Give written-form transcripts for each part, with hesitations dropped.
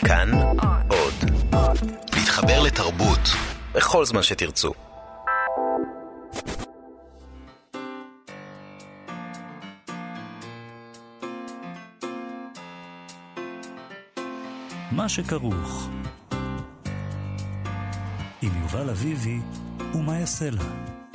כאן עוד. להתחבר לתרבות בכל זמן שתרצו. מה שכרוך עם יובל אביבי ומה יעשה לה.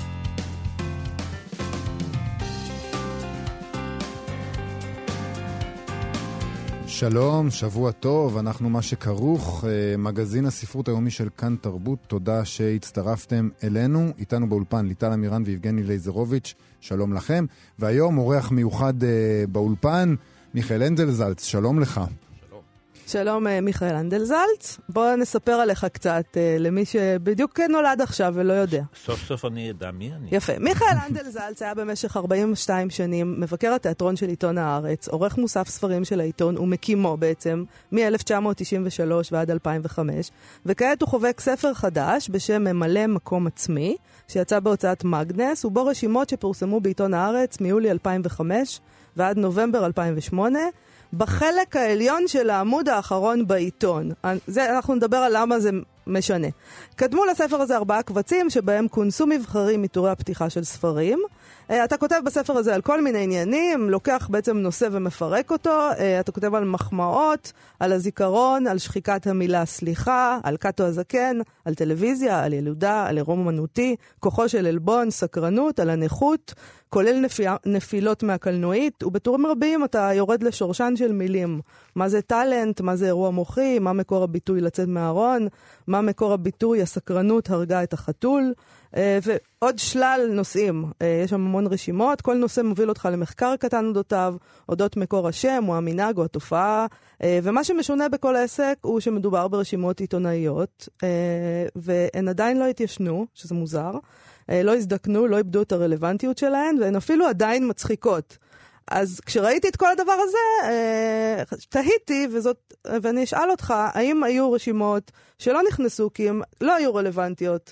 שלום, שבוע טוב, אנחנו מה שכרוך, מגזין הספרות היומי של כאן תרבות, תודה שהצטרפתם אלינו, איתנו באולפן ליטל אמירן ויבגני לייזרוביץ', שלום לכם, והיום אורח מיוחד באולפן, מיכאל אנדלזלץ, שלום לך. שלום מיכאל אנדלזלץ, בוא נספר עליך קצת למי שבדיוק נולד עכשיו ולא יודע. סוף סוף אני אדע מי אני. יפה, מיכאל אנדלזלץ היה במשך 42 שנים מבקר התיאטרון של עיתון הארץ, עורך מוסף ספרים של העיתון ומקימו בעצם מ-1993 ועד 2005, וכעת הוא חובק ספר חדש בשם ממלא מקום עצמי, שיצא בהוצאת מגנס, ובו רשימות שפורסמו בעיתון הארץ מיולי 2005 ועד נובמבר 2008, בחלק העליון של העמוד האחרון בעיתון. אנחנו נדבר על למה זה משנה. קדמו לספר הזה 4 קבצים שבהם כונסו מבחרים מתורי הפתיחה של ספרים. אתה כותב בספר הזה על כל מיני עניינים, לוקח בעצם נושא ומפרק אותו. אתה כותב על מחמאות, על הזיכרון, על שחיקת המילה סליחה, על קאטו הזקן, על טלוויזיה, על ילודה, על עירום אמנותי, כוחו של אלבון, סקרנות, על הנכות, כולל נפילות מהקלנועית, ובטורים רבים אתה יורד לשורשן של מילים. מה זה טלנט, מה זה אירוע מוחי, מה מקור הביטוי לצאת מהארון, מה מקור הביטוי הסקרנות הרגה את החתול, ועוד שלל נושאים. יש שם המון רשימות, כל נושא מוביל אותך למחקר קטן אודותיו, אודות מקור השם או המנהג או התופעה, ומה שמשונה בכל העסק הוא שמדובר ברשימות עיתונאיות, והן עדיין לא התיישנו, שזה מוזר, לא הזדקנו, לא איבדו את הרלוונטיות שלהן, והן אפילו עדיין מצחיקות. אז כשראיתי את כל הדבר הזה, תהיתי, ואני אשאל אותך, האם היו רשימות שלא נכנסו כי הן לא היו רלוונטיות?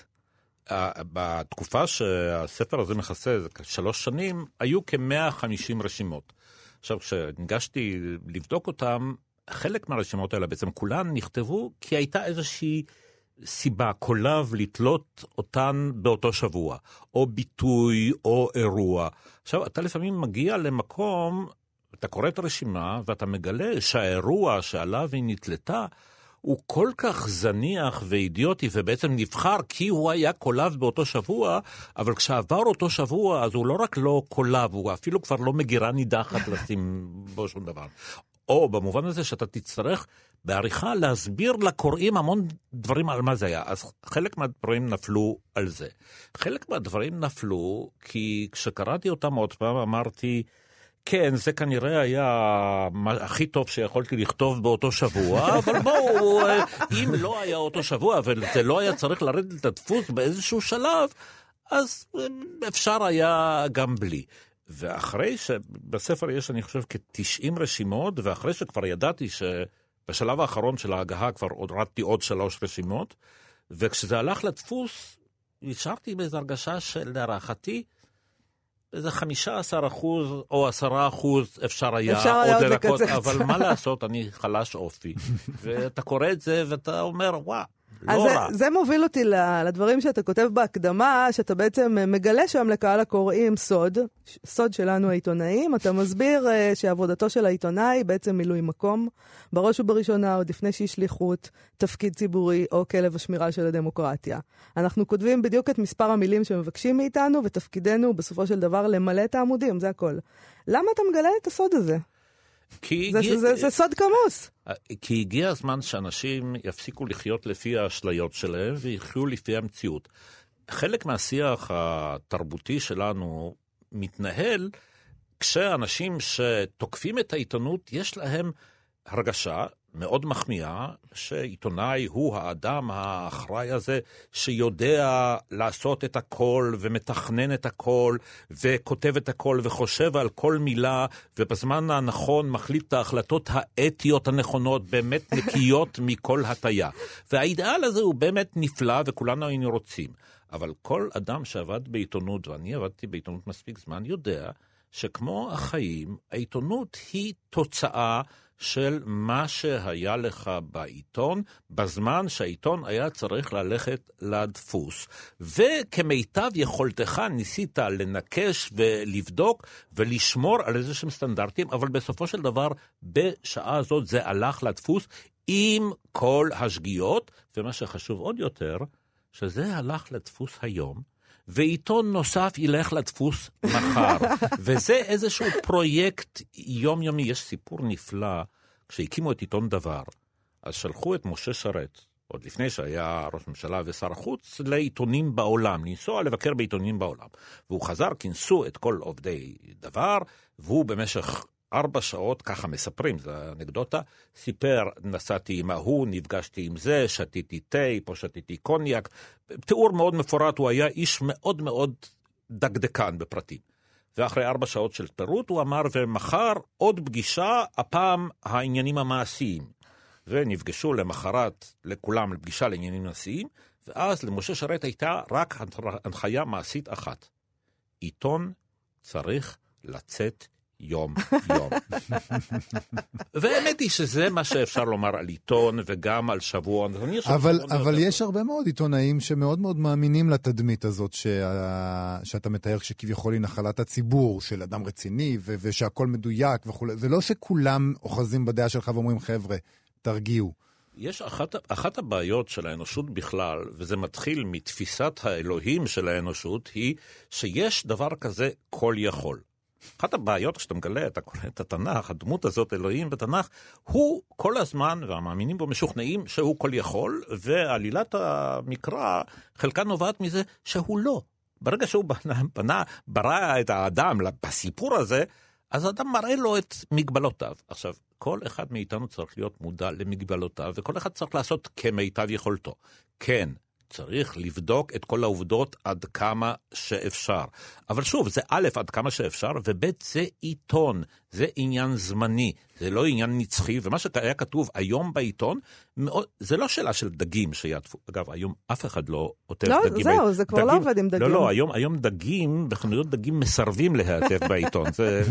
בתקופה שהספר הזה מכסה, 3 שנים, היו כ-150 רשימות. עכשיו, כשניגשתי לבדוק אותם, חלק מהרשימות האלה, בעצם כולן נכתבו, כי הייתה איזושהי סיבה, קולב לתלות אותן באותו שבוע, או ביטוי, או אירוע. עכשיו, אתה לפעמים מגיע למקום, אתה קורא את הרשימה, ואתה מגלה שהאירוע שעליו היא נתלתה, הוא כל כך זניח ואידיוטי, ובעצם נבחר כי הוא היה קולב באותו שבוע, אבל כשעבר אותו שבוע, אז הוא לא רק לא קולב, הוא אפילו כבר לא מגירה נידחת לשים בו שום דבר. או במובן הזה שאתה תצטרך בעריכה להסביר לקוראים המון דברים על מה זה היה. אז חלק מהדברים נפלו על זה. חלק מהדברים נפלו כי כשקראתי אותם עוד פעם אמרתי, כן, זה כנראה היה הכי טוב שיכולתי לכתוב באותו שבוע, אבל בואו, אם לא היה אותו שבוע, וזה לא היה צריך לרדת לדפוס באיזשהו שלב, אז אפשר היה גם בלי. ואחרי שבספר יש, אני חושב, כ-90 רשימות, ואחרי שכבר ידעתי שבשלב האחרון של ההגהה כבר הורדתי עוד 3 רשימות, וכשזה הלך לדפוס, נשארתי באיזו הרגשה של להערכתי, איזה 15% או 10% אפשר היה עוד לרקות, אבל מה לעשות, אני חלש אופי. ואתה קורא את זה ואתה אומר, וואו, לא רע. זה מוביל אותי לדברים שאתה כותב בהקדמה, שאתה בעצם מגלה שם לקהל הקוראים סוד שלנו העיתונאים. אתה מסביר שעבודתו של העיתונאי בעצם מילוי מקום, בראש ובראשונה עוד לפני שהיא שליחות, תפקיד ציבורי או כלב השמירה של הדמוקרטיה. אנחנו כותבים בדיוק את מספר המילים שמבקשים מאיתנו, ותפקידנו בסופו של דבר למלא את העמודים, זה הכל. למה אתה מגלה את הסוד הזה? זה סוד כמוס. כי הגיע הזמן שאנשים יפסיקו לחיות לפי האשליות שלהם ויחיו לפי המציאות. חלק מהשיח התרבותי שלנו מתנהל כשאנשים שתוקפים את העיתונות יש להם הרגשה מאוד מחמיאה שעיתונאי הוא האדם האחראי הזה שיודע לעשות את הכל ומתכנן את הכל וכותב את הכל וחושב על כל מילה ובזמן הנכון מחליט את ההחלטות האתיות הנכונות באמת נקיות מכל הטיה. והאידאל הזה הוא באמת נפלא וכולנו היינו רוצים. אבל כל אדם שעבד בעיתונות, ואני עבדתי בעיתונות מספיק זמן, יודע שכמו החיים, העיתונות היא תוצאה של מה שהיה לך בעיתון, בזמן שהעיתון היה צריך ללכת לדפוס. וכמיטב יכולתך ניסית לנקש ולבדוק ולשמור על איזה שהם סטנדרטים, אבל בסופו של דבר, בשעה הזאת זה הלך לדפוס עם כל השגיאות, ומה שחשוב עוד יותר, שזה הלך לדפוס היום, ועיתון נוסף ילך לדפוס מחר. וזה איזשהו פרויקט יומיומי. יש סיפור נפלא, כשהקימו את עיתון דבר, אז שלחו את משה שרת, עוד לפני שהיה ראש ממשלה ושר החוץ, לעיתונים בעולם, לנסוע לבקר בעיתונים בעולם. והוא חזר, כינסו את כל עובדי דבר, והוא במשך 4 שעות, ככה מספרים, זו אנקדוטה, סיפר, נסעתי עם ההוא, נפגשתי עם זה, שתיתי תה, פה שתיתי קוניאק, תיאור מאוד מפורט, הוא היה איש מאוד מאוד דקדקן בפרטים. ואחרי 4 שעות של פירוט, הוא אמר, ומחר עוד פגישה, הפעם העניינים המעשיים. ונפגשו למחרת לכולם לפגישה לעניינים מעשיים, ואז למשה שרת הייתה רק הנחיה מעשית אחת. עיתון צריך לצאת יום. והאמת היא שזה מה שאפשר לומר על עיתון וגם על שבוע. אבל יש הרבה מאוד עיתונאים שמאוד מאוד מאמינים לתדמית הזאת שאתה מתאר, שכביכול היא נחלת הציבור של אדם רציני ושהכל מדויק וכו'. זה לא שכולם אוחזים בדעה שלך ואומרים, חבר'ה, תרגיעו. יש אחת הבעיות של האנושות בכלל, וזה מתחיל מתפיסת האלוהים של האנושות, היא שיש דבר כזה כל יכול. אחת הבעיות כשאתה מגלה, אתה קורא את התנ"ך, הדמות הזאת, אלוהים בתנ"ך, הוא כל הזמן, והמאמינים בו משוכנעים שהוא כל יכול, ועלילת המקרא, חלקה נובעת מזה שהוא לא. ברגע שהוא ברא את האדם בסיפור הזה, אז האדם מראה לו את מגבלותיו. עכשיו, כל אחד מאיתנו צריך להיות מודע למגבלותיו, וכל אחד צריך לעשות כמיטב יכולתו. כן, צריך לבדוק את כל העובדות עד כמה שאפשר. אבל שוב, זה א' עד כמה שאפשר, וב' זה עיתון, זה עניין זמני, זה לא עניין נצחי, ומה שהיה כתוב היום בעיתון, זה לא שאלה של דגים שיעטפו. אגב, היום אף אחד לא עוטף דגים. לא, זהו, זה כבר לא עובד עם דגים. לא, היום דגים, בחנויות דגים מסרבים להעטף בעיתון.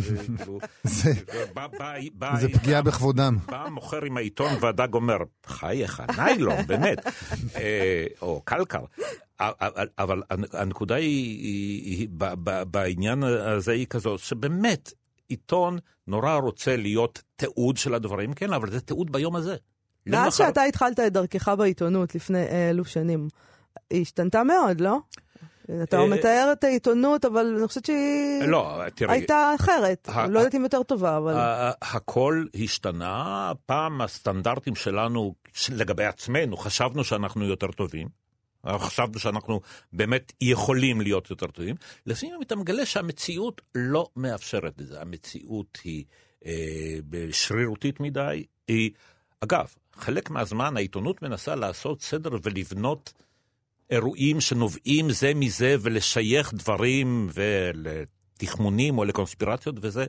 זה פגיעה בכבודם. בא מוכר עם העיתון והדג אומר, חייך, ניילון, באמת. או קלקר. אבל הנקודה היא בעניין הזה היא כזאת, שבאמת עיתון נורא רוצה להיות תיעוד של הדברים, כן, אבל זה תיעוד ביום הזה. מאז שאתה התחלת את דרכך בעיתונות לפני אלו שנים, היא השתנתה מאוד, לא? אתה מתאר את העיתונות, אבל אני חושבת שהיא הייתה אחרת. לא יודעת אם יותר טובה, אבל... הכל השתנה. פעם הסטנדרטים שלנו, לגבי עצמנו, חשבנו שאנחנו יותר טובים. חשבנו שאנחנו באמת יכולים להיות יותר טובים. לפעמים אתה מגלה שהמציאות לא מאפשרת את זה. המציאות היא שרירותית מדי. אגב, חלק מהזמן העיתונות מנסה לעשות סדר ולבנות אירועים שנובעים זה מזה ולשייך דברים ולתחמונים או לקונספירציות, וזה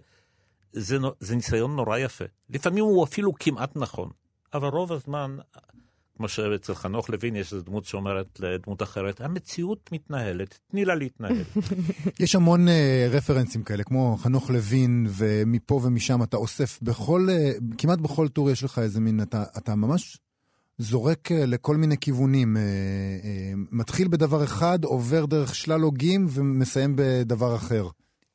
ניסיון נורא יפה. לפעמים הוא אפילו כמעט נכון, אבל רוב הזמן, כמו שאצל חנוך לוין יש איזו דמות שאומרת לדמות אחרת, המציאות מתנהלת, תני לה להתנהל. יש המון רפרנסים כאלה, כמו חנוך לוין, ומפה ומשם אתה אוסף כמעט בכל טור יש לך איזה מין, אתה ממש זורק לכל מיני כיוונים, מתחיל בדבר אחד, עובר דרך שלל הוגים ומסיים בדבר אחר.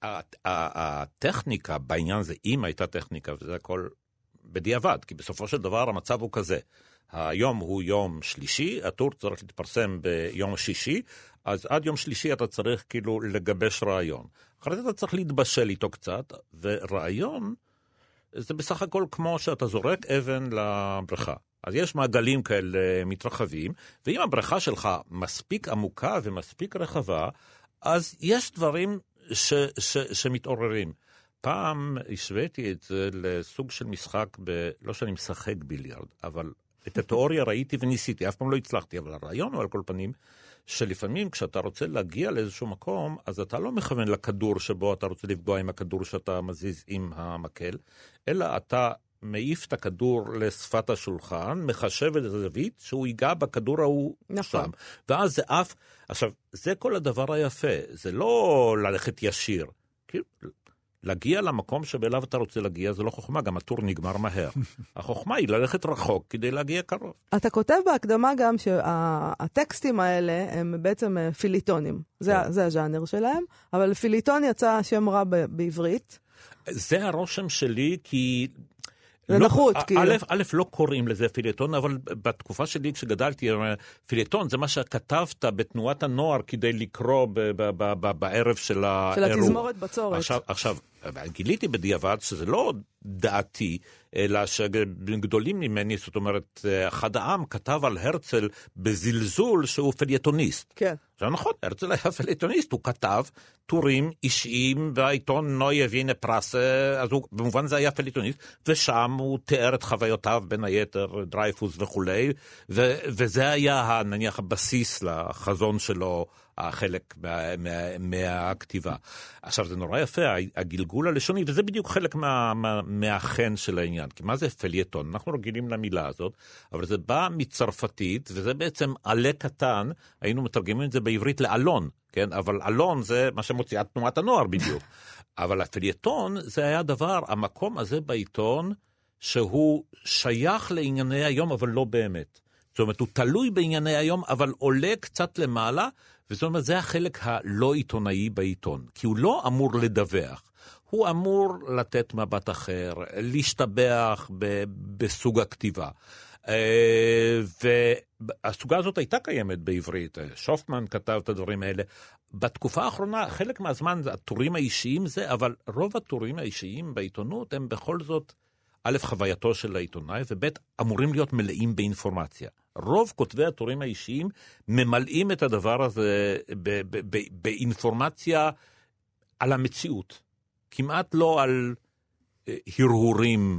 הטכניקה בעניין הזה, אם הייתה טכניקה, וזה הכל בדיעבד, כי בסופו של דבר המצב הוא כזה, היום הוא יום שלישי, הטור צריך להתפרסם ביום שישי, אז עד יום שלישי אתה צריך כאילו לגבש רעיון. אחרי זה אתה צריך להתבשל איתו קצת, ורעיון זה בסך הכל כמו שאתה זורק אבן לבריכה. אז יש מעגלים כאלה מתרחבים, ואם הבריכה שלך מספיק עמוקה ומספיק רחבה, אז יש דברים שמתעוררים. פעם השוויתי את זה לסוג של משחק, לא שאני משחק ביליארד, אבל את התיאוריה ראיתי וניסיתי, אף פעם לא הצלחתי, אבל הרעיון הוא על כל פנים, שלפעמים כשאתה רוצה להגיע לאיזשהו מקום, אז אתה לא מכוון לכדור שבו אתה רוצה לפגוע עם הכדור שאתה מזיז עם המקל, אלא אתה מעיף את הכדור לשפת השולחן, מחשב את הזווית, שהוא ייגע בכדור ההוא שם. ואז זה אף, עכשיו, זה כל הדבר היפה, זה לא ללכת ישיר, להגיע למקום שבאליו אתה רוצה להגיע, זה לא חוכמה, גם הטור נגמר מהר. החוכמה היא ללכת רחוק כדי להגיע קרוב. אתה כותב בהקדמה גם שהטקסטים האלה הם בעצם פיליטונים. זה הז'אנר שלהם, אבל פיליטון יצא שם רע בעברית. זה הרושם שלי, כי... לנחות, כאילו. א', לא קוראים לזה פיליטון, אבל בתקופה שלי כשגדלתי, פיליטון זה מה שכתבת בתנועת הנוער כדי לקרוא בערב של האירוע. של התזמורת בצורת. עכשיו, גיליתי בדיעבד שזה לא דעתי, אלא שגדולים ממני, זאת אומרת, אחד העם כתב על הרצל בזלזול שהוא פילייטוניסט. כן. עכשיו נכון, הרצל היה פילייטוניסט, הוא כתב טורים אישיים, והעיתון נוי הבינה פרס, אז הוא במובן זה היה פילייטוניסט, ושם הוא תיאר את חוויותיו בין היתר, דרייפוס וכולי, וזה היה נניח הבסיס לחזון שלו, החלק מהכתיבה. עכשיו זה נורא יפה, הגלגול הלשוני, וזה בדיוק חלק מהחן של העניין, כי מה זה פלייטון? אנחנו רגילים למילה הזאת, אבל זה בא מצרפתית, וזה בעצם עלה קטן, היינו מתרגמים את זה בעברית לאלון, כן? אבל אלון זה מה שמוציאה תנועת הנוער בדיוק. אבל הפלייטון זה היה דבר, המקום הזה בעיתון, שהוא שייך לענייני היום, אבל לא באמת. זאת אומרת, הוא תלוי בענייני היום, אבל עולה קצת למעלה, וזאת אומרת, זה החלק הלא עיתונאי בעיתון, כי הוא לא אמור לדווח, הוא אמור לתת מבט אחר, להשתבח בסוג הכתיבה. והסוגה הזאת הייתה קיימת בעברית, שופמן כתב את הדברים האלה. בתקופה האחרונה, חלק מהזמן, הטורים האישיים זה, אבל רוב הטורים האישיים בעיתונות הם בכל זאת, א', חווייתו של העיתונאי, וב', אמורים להיות מלאים באינפורמציה. רוב כותבי הטורים האישיים ממלאים את הדבר הזה באינפורמציה על המציאות. כמעט לא על הרהורים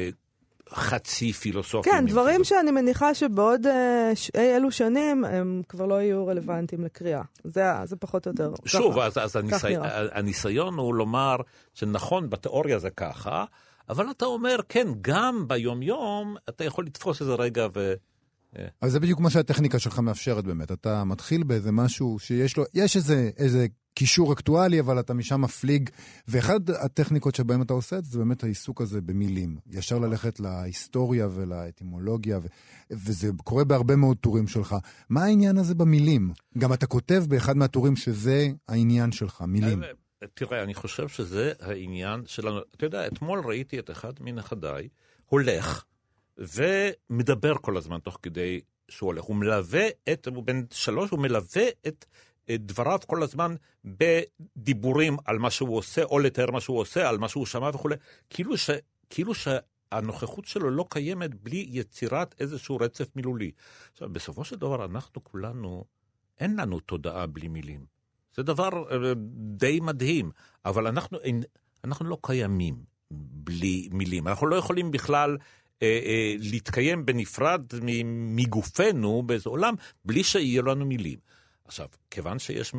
חצי פילוסופיים. כן, דברים שאני מניחה שבעוד אלו שנים הם כבר לא יהיו רלוונטיים לקריאה. זה פחות או יותר. שוב, אז הניסיון הוא לומר שנכון, בתיאוריה זה ככה, אבל אתה אומר, כן, גם ביום-יום אתה יכול לתפוס איזה רגע אז זה בדיוק מה שהטכניקה שלך מאפשרת באמת. אתה מתחיל באיזה משהו שיש לו, יש איזה קישור אקטואלי, אבל אתה משם מפליג, ואחד הטכניקות שבהם אתה עושה את זה, זה באמת העיסוק הזה במילים. ישר ללכת להיסטוריה ולאטימולוגיה, וזה קורה בהרבה מאוד טורים שלך. מה העניין הזה במילים? גם אתה כותב באחד מהטורים שזה העניין שלך, מילים. תראה, אני חושב שזה העניין שלנו. אתה יודע, אתמול ראיתי את אחד מנכדיי, הולך, ומדבר כל הזמן תוך כדי שהוא הולך. הוא מלווה הוא בן 3, הוא מלווה את דבריו כל הזמן בדיבורים על מה שהוא עושה, או לתאר מה שהוא עושה, על מה שהוא שמע וכו'. כאילו שהנוכחות שלו לא קיימת בלי יצירת איזשהו רצף מילולי. עכשיו, בסופו של דבר, אנחנו כולנו, אין לנו תודעה בלי מילים. זה דבר די מדהים, אבל אנחנו לא קיימים בלי מילים. אנחנו לא יכולים בכלל להתקיים בנפרד מגופנו באיזה עולם, בלי שיהיו לנו מילים. עכשיו, כיוון שיש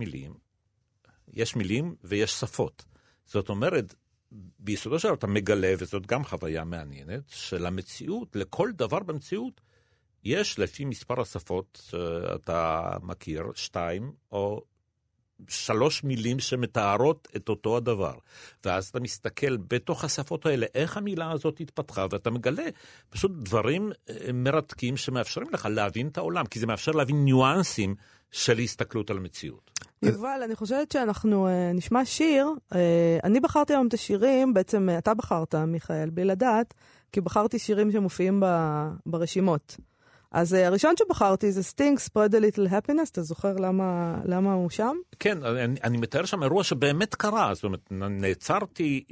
מילים ויש שפות. זאת אומרת, ביסודו של אתה מגלה, וזאת גם חוויה מעניינת, של המציאות, לכל דבר במציאות, יש לפי מספר השפות שאתה מכיר, 2 או 3 מילים שמתארות את אותו הדבר. ואז אתה מסתכל בתוך השפות האלה, איך המילה הזאת התפתחה, ואתה מגלה פשוט דברים מרתקים שמאפשרים לך להבין את העולם, כי זה מאפשר להבין ניואנסים של הסתכלות על המציאות. יובל, אני חושבת שאנחנו נשמע שיר. אני בחרתי היום את השירים, בעצם אתה בחרת, מיכאל, בלי לדעת, כי בחרתי שירים שמופיעים ברשימות. אז הראשון שבחרתי זה Sting, Spread a Little Happiness, אתה זוכר למה הוא שם? כן, אני מתאר שם אירוע שבאמת קרה, זאת אומרת, נעצרתי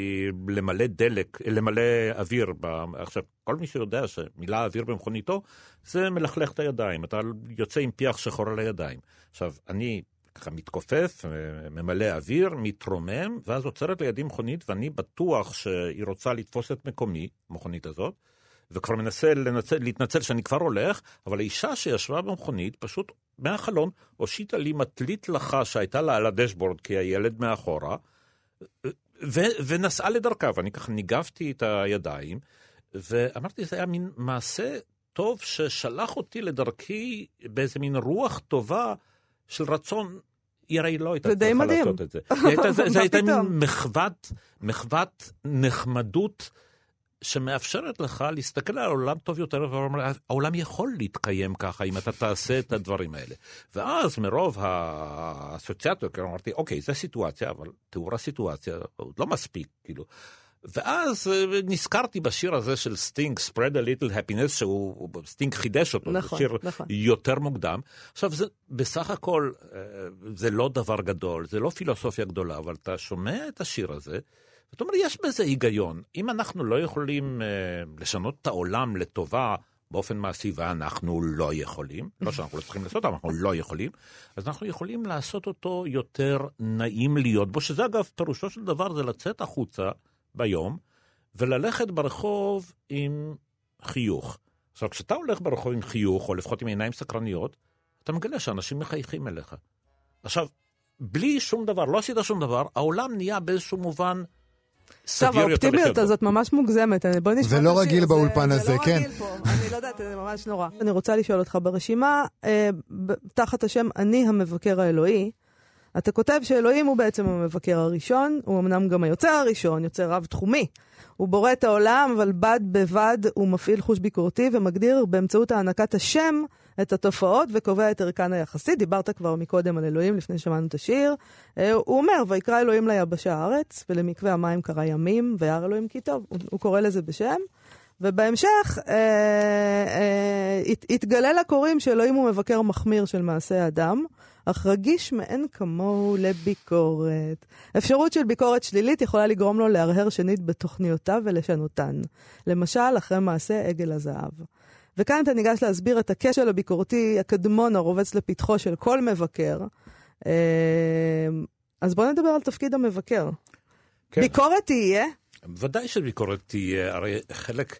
למלא אוויר, עכשיו, כל מי שיודע שמילא אוויר במכוניתו, זה מלכלך את הידיים, אתה יוצא עם פיח שחור על הידיים. עכשיו, אני ככה מתכופף, ממלא אוויר, מתרומם, ואז עוצרת לידי מכונית, ואני בטוח שהיא רוצה לתפוס את מקומי, מכונית הזאת, וכבר מנסה להתנצל שאני כבר הולך, אבל האישה שישבה במכונית פשוט מהחלון הושיטה לי מטלית לחה שהייתה לה על הדשבורד כי הילד מאחורה, ונסעה לדרכה, ואני ככה ניגבתי את הידיים, ואמרתי, זה היה מין מעשה טוב ששלח אותי לדרכי באיזה מין רוח טובה של רצון היא הרי לא הייתה צריכה לעשות את זה. זה הייתה מחוות נחמדות שמאפשרת לך להסתכל על העולם טוב יותר, והעולם יכול להתקיים ככה אם אתה תעשה את הדברים האלה. ואז מרוב האסוציאציות, אמרתי, אוקיי, זו סיטואציה, אבל תיאור הסיטואציה לא מספיק, כאילו. ואז נזכרתי בשיר הזה של סטינג, Spread a Little Happiness, שהוא סטינג חידש אותו, נכון, זה שיר נכון. יותר מוקדם. עכשיו, בסך הכל, זה לא דבר גדול, זה לא פילוסופיה גדולה, אבל אתה שומע את השיר הזה, זאת אומרת, יש בזה היגיון. אם אנחנו לא יכולים לשנות את העולם לטובה באופן מעשי, ואנחנו לא יכולים, לא שאנחנו לא צריכים לעשות, אבל אנחנו לא יכולים, אז אנחנו יכולים לעשות אותו יותר נעים להיות בו, שזה אגב, פירושו של דבר, זה לצאת החוצה ביום, וללכת ברחוב עם חיוך. עכשיו, כשאתה הולך ברחוב עם חיוך, או לפחות עם עיניים סקרניות, אתה מגלה שאנשים מחייכים אליך. עכשיו, בלי שום דבר, לא עשית שום דבר, העולם נהיה באיזשהו מובן סביר יותר. האופטימיות הזאת ממש מוגזמת. בוא נשמע זה לא רגיל באולפן הזה, כן. זה לא רגיל פה, אני לא יודעת, זה ממש נורא. אני רוצה לשאול אותך, ברשימה, תחת השם אני המבקר האלוהי, אתה כותב שאלוהים הוא בעצם המבקר הראשון, הוא אמנם גם היוצר הראשון, יוצר רב תחומי. הוא בורא את העולם, אבל בד בבד הוא מפעיל חוש ביקורתי ומגדיר באמצעות הענקת השם את התופעות וקובע את ערכן היחסי. דיברת כבר מקודם על אלוהים לפני שמענו את השיר. הוא אומר, ויקרא אלוהים ליבשה הארץ, ולמקווה המים קרא ימים, וירא אלוהים כי טוב. הוא קורא לזה בשם. ובהמשך התגלה לקוראים שאלוהים הוא מבקר מחמיר של מעשי האדם, אך רגיש מאין כמוהו לביקורת. אפשרות של ביקורת שלילית יכולה לגרום לו להרהר שנית בתוכניותיו ולשנותן. למשל, אחרי מעשה עגל הזהב. וכאן אתה ניגש להסביר את הקשר הביקורתי הקדמון הרובץ לפתחו של כל מבקר. אז בוא נדבר על תפקיד המבקר. כן. ביקורת תהיה? ודאי שביקורת תהיה, הרי חלק,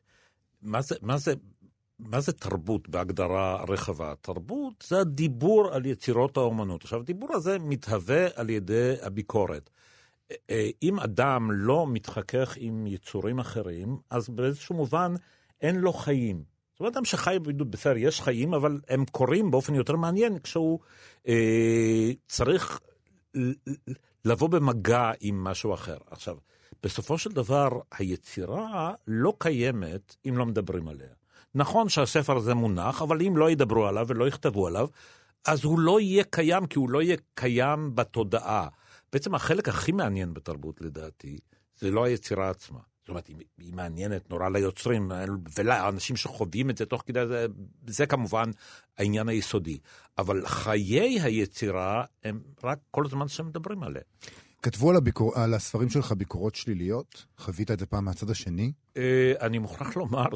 מה זה תרבות בהגדרה רחבה? תרבות זה הדיבור על יצירות האומנות. עכשיו, הדיבור הזה מתהווה על ידי הביקורת. אם אדם לא מתחכך עם יצורים אחרים, אז באיזשהו מובן אין לו חיים. זאת אומרת, אדם שחי בבידוד בסדר, יש חיים, אבל הם קורים באופן יותר מעניין, כשהוא צריך לבוא במגע עם משהו אחר. עכשיו, בסופו של דבר, היצירה לא קיימת אם לא מדברים עליה. נכון שהספר הזה מונח, אבל אם לא ידברו עליו ולא יכתבו עליו, אז הוא לא יהיה קיים, כי הוא לא יהיה קיים בתודעה. בעצם החלק הכי מעניין בתרבות, לדעתי, זה לא היצירה עצמה. זאת אומרת, היא מעניינת נורא ליוצרים, ולאנשים שחווים את זה תוך כדי זה כמובן העניין היסודי. אבל חיי היצירה הם רק כל הזמן שמדברים עליה. כתבו על הספרים שלך ביקורות שליליות? חווית את זה פעם מהצד השני? אני מוכרח לומר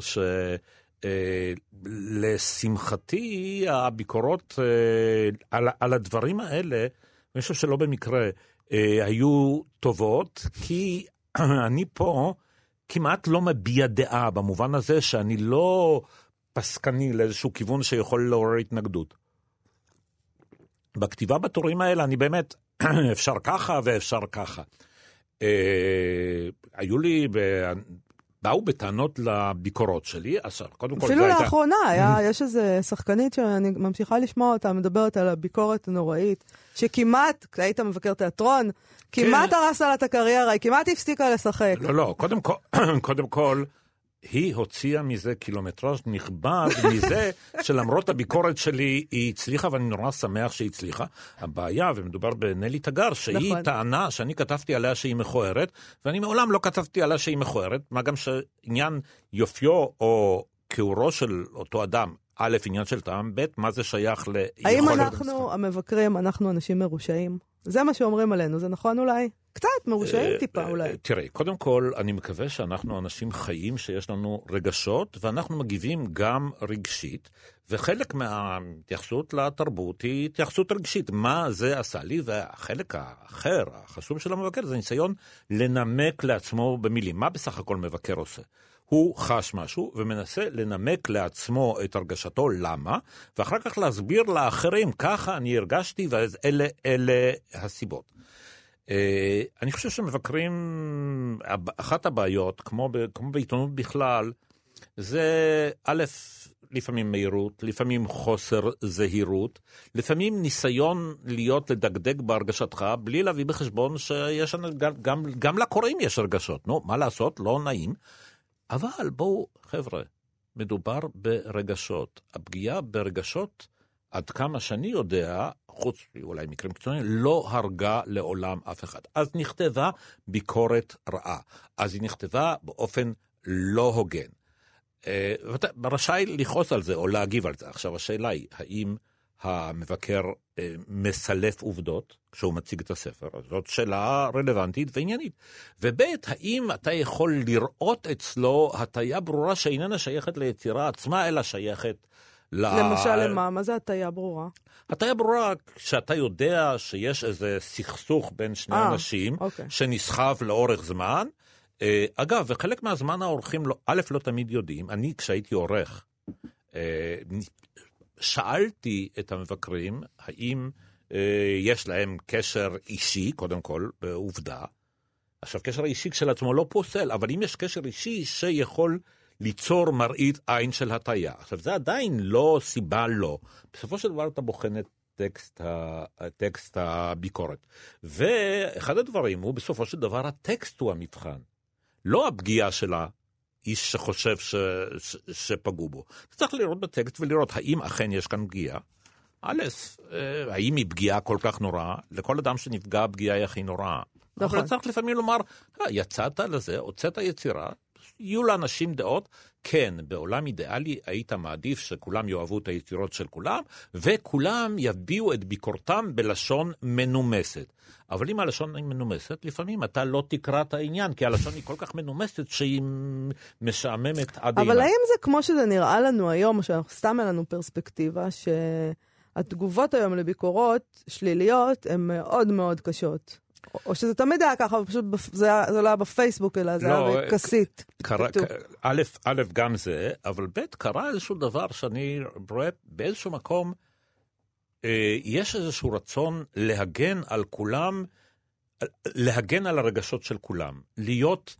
לשמחתי הביקורות על הדברים האלה, אני חושב שלא במקרה, היו טובות, כי אני פה כמעט לא מביע דעה, במובן הזה שאני לא פסקני לאיזשהו כיוון שיכול לעורר התנגדות. בכתיבה בתורים האלה אני באמת, אפשר ככה ואפשר ככה. היו לי, באו בטענות לביקורות שלי, אז קודם כל אפילו לאחרונה, יש איזה שחקנית שאני ממשיכה לשמוע אותה, מדברת על הביקורת הנוראית, שכמעט, כשהיית מבקר תיאטרון, כמעט הרסה לה את הקריירה, היא כמעט הפסיקה לשחק. לא, קודם כל, היא הוציאה מזה קילומטראז' נכבד, מזה שלמרות הביקורת שלי היא הצליחה, ואני נורא שמח שהיא הצליחה. הבעיה, ומדובר בנלי תגר, שהיא טענה שאני כתבתי עליה שהיא מכוערת, ואני מעולם לא כתבתי עליה שהיא מכוערת, מה גם שעניין יופיו או כיעורו של אותו אדם, א', עניין של טעם, ב', מה זה שייך ליכולת... האם אנחנו המבקרים, אנחנו אנשים מרושעים? זה מה שאומרים עלינו, זה נכון אולי? קצת מרושעים טיפה אולי. תראי, קודם כל, אני מקווה שאנחנו אנשים חיים שיש לנו רגשות, ואנחנו מגיבים גם רגשית, וחלק מההתייחסות לתרבות היא התייחסות רגשית. מה זה עשה לי? והחלק האחר, החשוב של המבקר, זה ניסיון לנמק לעצמו במילים. מה בסך הכל מבקר עושה? הוא חש משהו ומנסה לנמק לעצמו את הרגשתו למה, ואחר כך להסביר לאחרים, ככה אני הרגשתי, ואלה הסיבות. אני חושב שמבקרים, אחת הבעיות, כמו בעיתונות בכלל, זה א', לפעמים מהירות, לפעמים חוסר זהירות, לפעמים ניסיון לדגדג בהרגשתך, בלי להביא בחשבון שיש גם לקוראים יש הרגשות. נו, מה לעשות? לא נעים. אבל בואו, חבר'ה, מדובר ברגשות. הפגיעה ברגשות, עד כמה שאני יודע, חוץ אולי מקרים קטנים, לא הרגה לעולם אף אחד. אז נכתבה ביקורת רעה. אז היא נכתבה באופן לא הוגן. ואתה רשאי לכעוס על זה או להגיב על זה. עכשיו השאלה היא, האם המבקר מסלף עובדות כשהוא מציג את הספר? זאת שאלה רלוונטית ועניינית. ובית, האם אתה יכול לראות אצלו הטיה ברורה שאיננה שייכת ליצירה עצמה, אלא שייכת למשל למה? מה זה הטיה ברורה? הטיה ברורה שאתה יודע שיש איזה סכסוך בין שני אנשים שנסחב לאורך זמן. אגב, וחלק מהזמן העורכים, א', לא תמיד יודעים. אני, כשהייתי עורך, שאלתי את המבקרים, האם יש להם קשר אישי, קודם כל, בעובדה. עכשיו, קשר אישי כשלעצמו לא פוסל, אבל אם יש קשר אישי שיכול ליצור מראית עין של הטיה. עכשיו, זה עדיין לא סיבה לא. בסופו של דבר אתה בוחן את טקסט הביקורת. ואחד הדברים הוא, בסופו של דבר, הטקסט הוא המבחן. לא הפגיעה שלה, איש שחושב שפגעו בו. צריך לראות בטקסט ולראות האם אכן יש כאן פגיעה. א', האם היא פגיעה כל כך נוראה? לכל אדם שנפגע הפגיעה היא הכי נוראה. אבל צריך לפעמים לומר, יצאת לזה, הוצאת יצירה, יהיו לאנשים דעות, כן, בעולם אידיאלי היית מעדיף שכולם יאהבו את היצירות של כולם, וכולם יביעו את ביקורתם בלשון מנומסת. אבל אם הלשון היא מנומסת, לפעמים אתה לא תקרא את העניין, כי הלשון היא כל כך מנומסת שהיא משעממת עד אימה. אבל האם זה כמו שזה נראה לנו היום, שסתם אין לנו פרספקטיבה, שהתגובות היום לביקורות שליליות הן מאוד מאוד קשות? או שזה תמיד היה ככה, פשוט זה לא היה בפייסבוק, אלא זה היה בקסית. א', גם זה, אבל ב', קרה איזשהו דבר שאני רואה באיזשהו מקום, יש איזשהו רצון להגן על כולם, להגן על הרגשות של כולם, להיות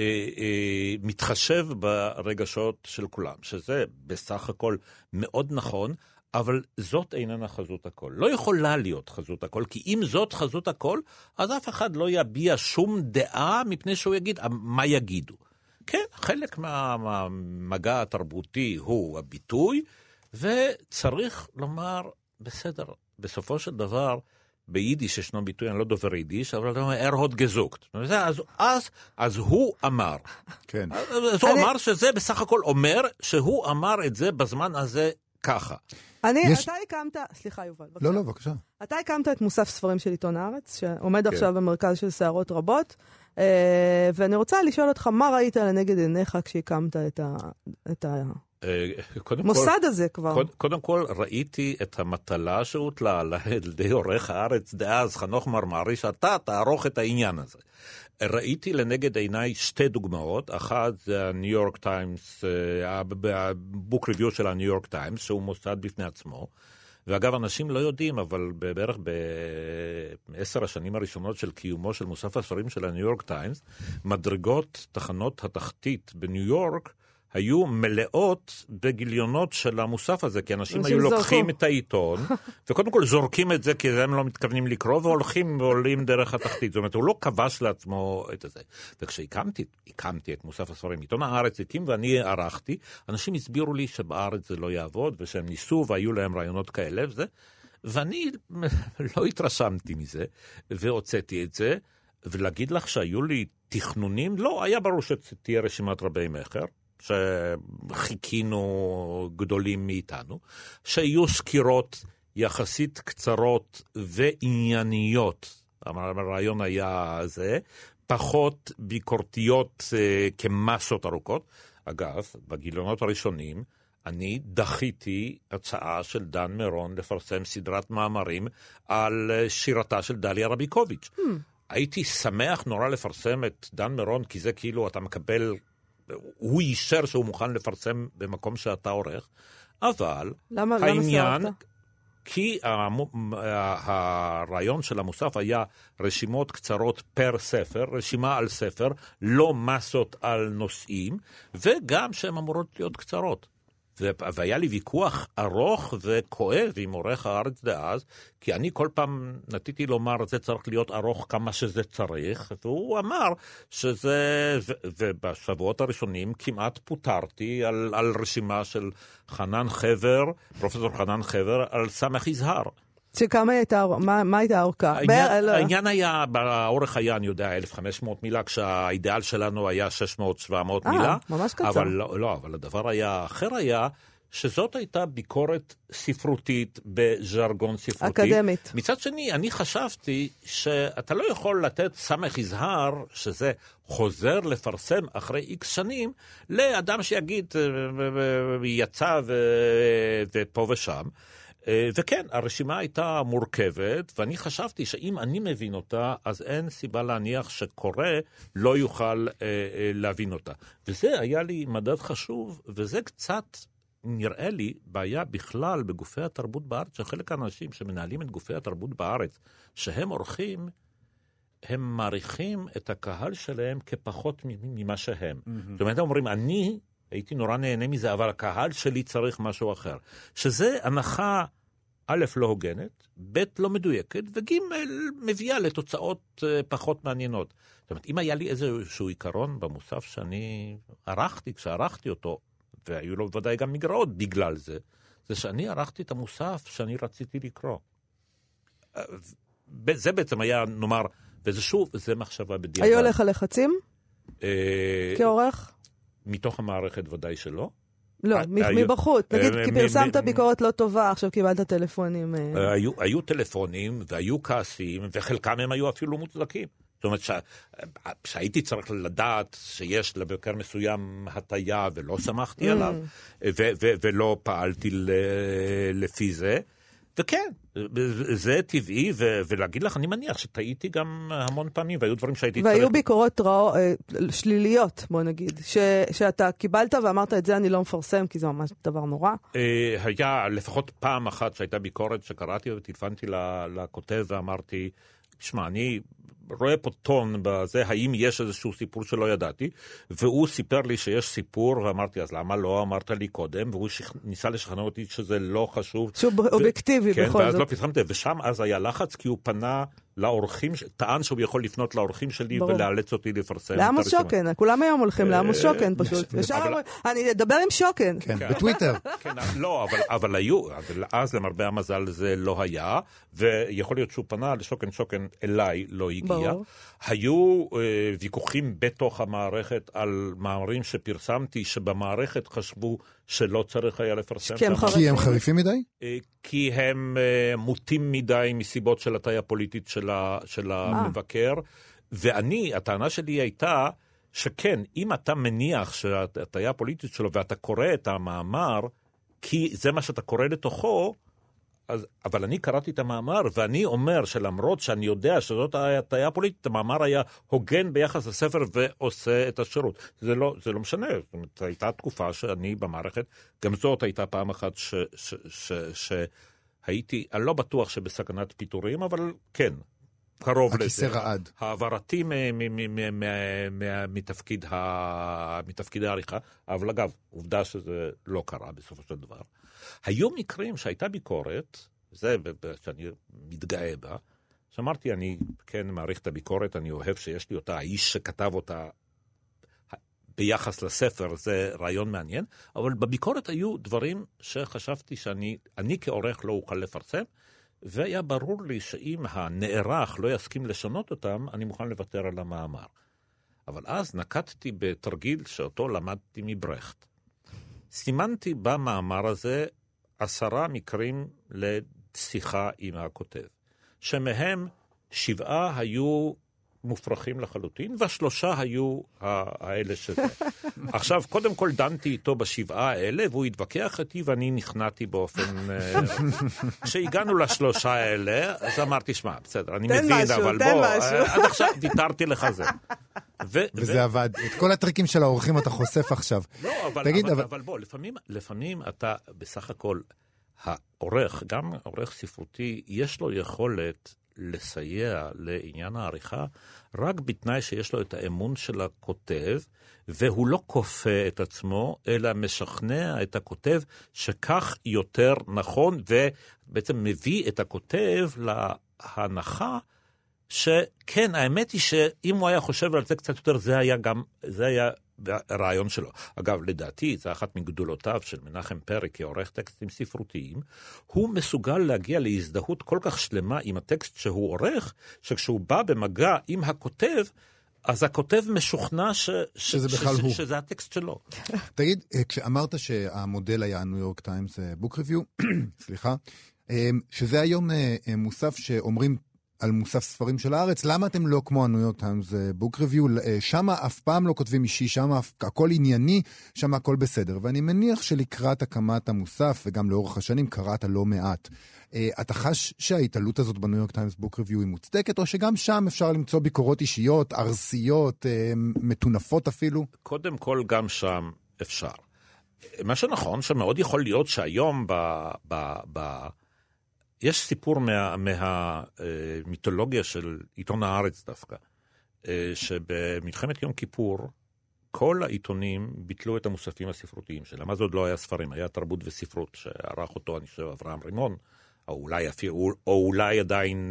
מתחשב ברגשות של כולם, שזה בסך הכל מאוד נכון, אבל זאת איננה חזות הכל. לא יכולה להיות חזות הכל, כי אם זאת חזות הכל, אז אף אחד לא יביע שום דעה, מפני שהוא יגיד, מה יגידו? כן, חלק מהמגע התרבותי הוא הביטוי, וצריך לומר, בסדר, בסופו של דבר, ביידיש ישנו ביטוי, אני לא דובר יידיש, אבל ארהוד גזוקט. אז הוא אמר. כן. אז הוא אמר שזה בסך הכל אומר, שהוא אמר את זה בזמן הזה ככה. אתה הקמת, סליחה יובל. לא, בבקשה. אתה הקמת את מוסף ספרים של עיתון הארץ, שעומד עכשיו במרכז של סערות רבות, ואני רוצה לשאול אותך, מה ראית לנגד עיניך כשהקמת את המוסד הזה כבר? קודם כל ראיתי את המטלה שהוטלה על ידי עורך הארץ דאז, חנוך מרמרי, שאתה תערוך את העניין הזה. ראיתי לנגד עיניי שתי דוגמאות, אחת זה הניו יורק טיימס, הבוק ריוויו של הניו יורק טיימס, שהוא מוסד בפני עצמו, ואגב אנשים לא יודעים, אבל בערך ב10 השנים הראשונות של קיומו של מוסף הספרים של הניו יורק טיימס, מדרגות תחנות התחתית בניו יורק, היו מלאות בגיליונות של המוסף הזה, כי אנשים היו לוקחים את העיתון, וקודם כל זורקים את זה, כי הם לא מתכוונים לקרוא, והולכים ועולים דרך התחתית. זאת אומרת, הוא לא כבש לעצמו את זה. וכשהקמתי את מוסף הספרים, עיתון הארץ הקים ואני ערכתי, אנשים הסבירו לי שבארץ זה לא יעבוד, ושהם ניסו והיו להם רעיונות כאלה וזה, ואני לא התרשמתי מזה, והוצאתי את זה, ולהגיד לך שהיו לי תכנונים, לא, היה ברור שתהיה רשימת רבי מחר, שחיכינו גדולים מאיתנו, שיהיו סקירות יחסית קצרות וענייניות, הרעיון היה זה, פחות ביקורתיות כמסות ארוכות. אגב, בגיליונות הראשונים, אני דחיתי הצעה של דן מירון לפרסם סדרת מאמרים על שירתה של דליה רביקוביץ'. הייתי שמח נורא לפרסם את דן מירון, כי זה כאילו אתה מקבל, הוא יישר שהוא מוכן לפרסם במקום שאתה עורך, אבל העניין, כי הרעיון של המוסף היה רשימות קצרות פר ספר, רשימה על ספר, לא מסות על נושאים, וגם שהן אמורות להיות קצרות. והיה לי ויכוח ארוך וכואב עם עורך הארץ דאז, כי אני כל פעם נטיתי לומר, זה צריך להיות ארוך כמה שזה צריך, והוא אמר שזה, ובשבועות הראשונים כמעט פוטרתי על רשימה של חנן חבר, פרופסור חנן חבר, על סמך יזהר. שכמה הייתה, מה הייתה האורכה? העניין היה, באורך היה, אני יודע, 1,500 מילה, כשהאידאל שלנו היה 600-700 מילה. ממש קצר. אבל הדבר אחר היה, שזאת הייתה ביקורת ספרותית בז'רגון ספרותי. אקדמית. מצד שני, אני חשבתי שאתה לא יכול לתת סמך יזהר, שזה חוזר לפרסם אחרי איקס שנים, לאדם שיגיד, יצא ופה ושם. וכן, הרשימה הייתה מורכבת, ואני חשבתי שאם אני מבין אותה, אז אין סיבה להניח שקורא לא יוכל להבין אותה. וזה היה לי מדד חשוב, וזה קצת נראה לי בעיה בכלל בגופי התרבות בארץ, שחלק האנשים שמנהלים את גופי התרבות בארץ, שהם עורכים, הם מעריכים את הקהל שלהם כפחות ממה שהם. זאת אומרת, הם אומרים, אני הייתי נורא נהנה מזה, אבל הקהל שלי צריך משהו אחר. שזה הנחה, א', לא הוגנת, ב', לא מדויקת, וג', מביאה לתוצאות פחות מעניינות. זאת אומרת, אם היה לי איזשהו עיקרון במוסף שאני כשערכתי אותו, והיו לו ודאי גם מגרעות בגלל זה, זה שאני ערכתי את המוסף שאני רציתי לקרוא. זה בעצם היה, נאמר, וזה שוב, זה מחשבה בדיעבד. היו לך לחצים? כעורך? מתוך המערכת ודאי שלא. לא, מבחוץ. נגיד, כי פרסמת ביקורת לא טובה, עכשיו קיבלת טלפונים. היו טלפונים והיו כעסים, וחלקם הם היו אפילו מוצדקים. זאת אומרת, שהייתי צריך לדעת שיש לבקר מסוים הטיה, ולא שמחתי עליו, ולא פעלתי לפי זה. וכן, זה טבעי, ולהגיד לך, אני מניח שטעיתי גם המון פעמים, והיו דברים שהייתי צריך... והיו ביקורות שליליות, בוא נגיד, שאתה קיבלת ואמרת את זה אני לא מפרסם, כי זה ממש דבר נורא. היה לפחות פעם אחת שהייתה ביקורת שקראתי וטלפנתי לכותב ואמרתי, תשמע, אני רואה פה טון בזה, האם יש איזשהו סיפור שלא ידעתי, והוא סיפר לי שיש סיפור, ואמרתי, אז למה לא אמרת לי קודם, והוא ניסה לשכנע אותי שזה לא חשוב. שהוא אובייקטיבי בכל זאת. כן, ואז לא פתחמתי, ושם אז היה לחץ, כי הוא פנה לאורחים, טען שהוא יכול לפנות לאורחים שלי, ולאלץ אותי לפרסם. לעמוס שוקן, כולם היום הולכים לעמוס שוקן פשוט. אני אדבר עם שוקן. כן, בטוויטר. לא, אבל היו, אז למרבה המזל זה לא היה, ויכול להיות שהוא פנה לשוקן, שוקן אליי לא הגיע. היו ויכוחים בתוך המערכת על מאמרים שפרסמתי, שבמערכת חשבו שלא צריך היה לפרסם. כי הם חריפים מדי? כי הם מוטים מדי מסיבות של הטיה פוליטית של המבקר, ואני, הטענה שלי הייתה שכן, אם אתה מניח שהטיה הפוליטית שלו ואתה קורא את המאמר, כי זה מה שאתה קורא לתוכו, אבל אני קראתי את המאמר, ואני אומר שלמרות שאני יודע שזאת הטיה פוליטית, המאמר היה הוגן ביחס לספר ועושה את השירות. זה לא משנה. זאת אומרת, הייתה תקופה שאני במערכת, גם זאת הייתה פעם אחת שהייתי, אני לא בטוח שבסכנת פיטורים, אבל כן, קרוב לזה. הכיסא רעד. העברתי מתפקיד העריכה, אבל אגב, עובדה שזה לא קרה בסופו של דבר. היו מקרים שהייתה ביקורת, זה שאני מתגאה בה, שאמרתי, אני כן מעריך את הביקורת, אני אוהב שיש לי אותה, האיש שכתב אותה ביחס לספר, זה רעיון מעניין, אבל בביקורת היו דברים שחשבתי שאני כעורך לא אוכל לפרסם, והיה ברור לי שאם הנערך לא יסכים לשנות אותם, אני מוכן לוותר על המאמר. אבל אז נקטתי בתרגיל שאותו למדתי מברכט. סימנתי במאמר הזה 10 מקרים לשיחה עם הכותב, שמהם 7 היו מופרכים לחלוטין, ו3 היו האלה שזה. עכשיו, קודם כל דנתי איתו ב7 האלה, והוא התווכח איתי, ואני נכנעתי באופן... כשהגענו ל3 האלה, אז אמרתי, שמע, בסדר, אני מבין, אבל בוא, עד עכשיו ויתרתי לך זה. וזה עבד. את כל הטריקים של האורחים אתה חושף עכשיו. לא, אבל בוא, לפעמים אתה בסך הכל, העורך, גם עורך ספרותי, יש לו יכולת לסייע לעניין העריכה רק בתנאי שיש לו את האמון של הכותב, והוא לא כופה את עצמו, אלא משכנע את הכותב שכך יותר נכון, ובעצם מביא את הכותב להנחה שכן, האמת היא שאם הוא היה חושב על זה קצת יותר, זה היה הרעיון שלו. אגב, לדעתי, זה אחת מגדולותיו של מנחם פרי כעורך טקסטים ספרותיים, הוא מסוגל להגיע להזדהות כל כך שלמה עם הטקסט שהוא עורך, שכשהוא בא במגע עם הכותב, אז הכותב משוכנע שזה הטקסט שלו. תגיד, כשאמרת שהמודל היה הניו יורק טיימס בוק ריוויו, סליחה, שזה היום מוסף שאומרים על מוסף ספרים של הארץ, למה אתם לא כמו הניו יורק טיימס בוק ריוויו? שם אף פעם לא כותבים אישי, שם הכל ענייני, שם הכל בסדר. ואני מניח שלקראת הקמת המוסף, וגם לאורך השנים, קראת לא מעט. אתה חש שההתעלות הזאת בניו יורק טיימס בוק ריוויו היא מוצדקת, או שגם שם אפשר למצוא ביקורות אישיות, ארסיות, מטונפות אפילו? קודם כל, גם שם אפשר. מה שנכון, שמאוד יכול להיות שהיום יש סיפור מהמיתולוגיה של עיתון הארץ דווקא, שבמלחמת יום כיפור, כל העיתונים ביטלו את המוספים הספרותיים שלהם. אז עוד לא היה ספרים, היה תרבות וספרות, שערך אותו, אני חושב, אברהם רימון, או אולי עדיין